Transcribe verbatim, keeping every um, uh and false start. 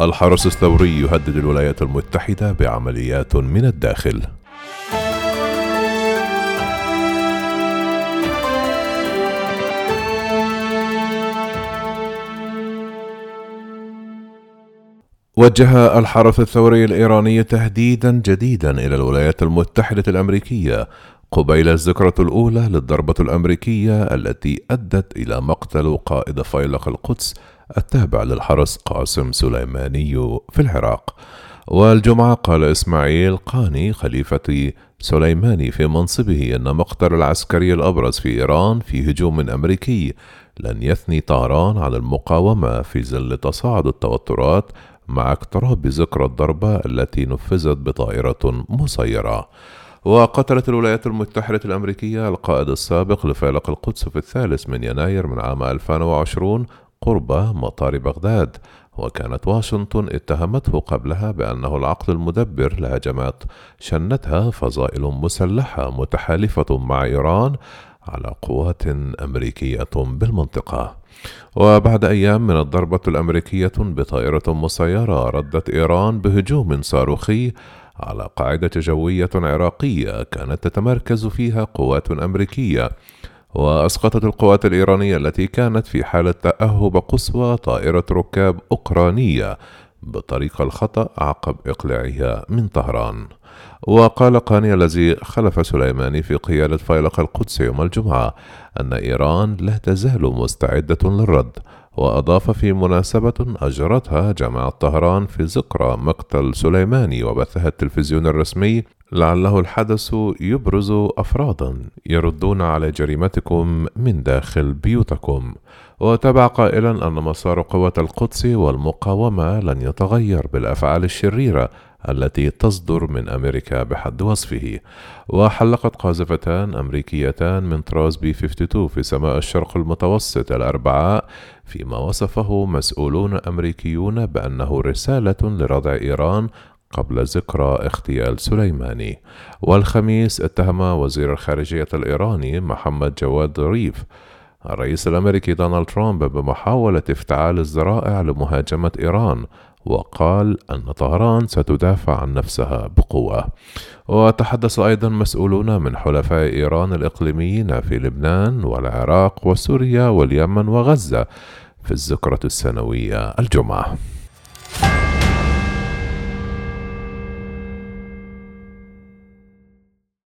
الحرس الثوري يهدد الولايات المتحدة بعمليات من الداخل. وجه الحرس الثوري الإيراني تهديدا جديدا إلى الولايات المتحدة الأمريكية قبيل الذكرى الأولى للضربة الأمريكية التي أدت إلى مقتل قائد فيلق القدس التابع للحرس قاسم سليماني في العراق. والجمعة قال إسماعيل قاني خليفة سليماني في منصبه أن مقتل العسكري الأبرز في إيران في هجوم أمريكي لن يثني طهران على المقاومة في ظل تصاعد التوترات مع اقتراب ذكرى الضربة التي نفذت بطائرة مسيرة. وقتلت الولايات المتحدة الأمريكية القائد السابق لفيلق القدس في الثالث من يناير من عام ألفين وعشرين قرب مطار بغداد، وكانت واشنطن اتهمته قبلها بأنه العقل المدبر لهجمات شنتها فصائل مسلحة متحالفة مع إيران على قوات أمريكية بالمنطقة. وبعد أيام من الضربة الأمريكية بطائرة مسيرة ردت إيران بهجوم صاروخي على قاعدة جوية عراقية كانت تتمركز فيها قوات أمريكية، وأسقطت القوات الإيرانية التي كانت في حالة تأهب قصوى طائرة ركاب أوكرانية بطريق الخطأ عقب إقلاعها من طهران. وقال قاني الذي خلف سليماني في قيادة فيلق القدس يوم الجمعة أن إيران لا تزال مستعدة للرد، وأضاف في مناسبة أجرتها جامعة طهران في ذكرى مقتل سليماني وبثها التلفزيون الرسمي لعله الحدث يبرز أفرادا يردون على جريمتكم من داخل بيوتكم. وتابع قائلا أن مسار قوة القدس والمقاومة لن يتغير بالأفعال الشريرة التي تصدر من أمريكا بحد وصفه. وحلقت قاذفتان أمريكيتان من طراز بي اثنين وخمسين في سماء الشرق المتوسط الأربعاء فيما وصفه مسؤولون أمريكيون بأنه رسالة لردع إيران قبل ذكرى اغتيال سليماني. والخميس اتهم وزير الخارجية الإيراني محمد جواد ظريف الرئيس الأمريكي دونالد ترامب بمحاولة افتعال الذرائع لمهاجمة إيران، وقال أن طهران ستدافع عن نفسها بقوة. وتحدث أيضا مسؤولون من حلفاء إيران الإقليميين في لبنان والعراق وسوريا واليمن وغزة في الذكرى السنوية الجمعة.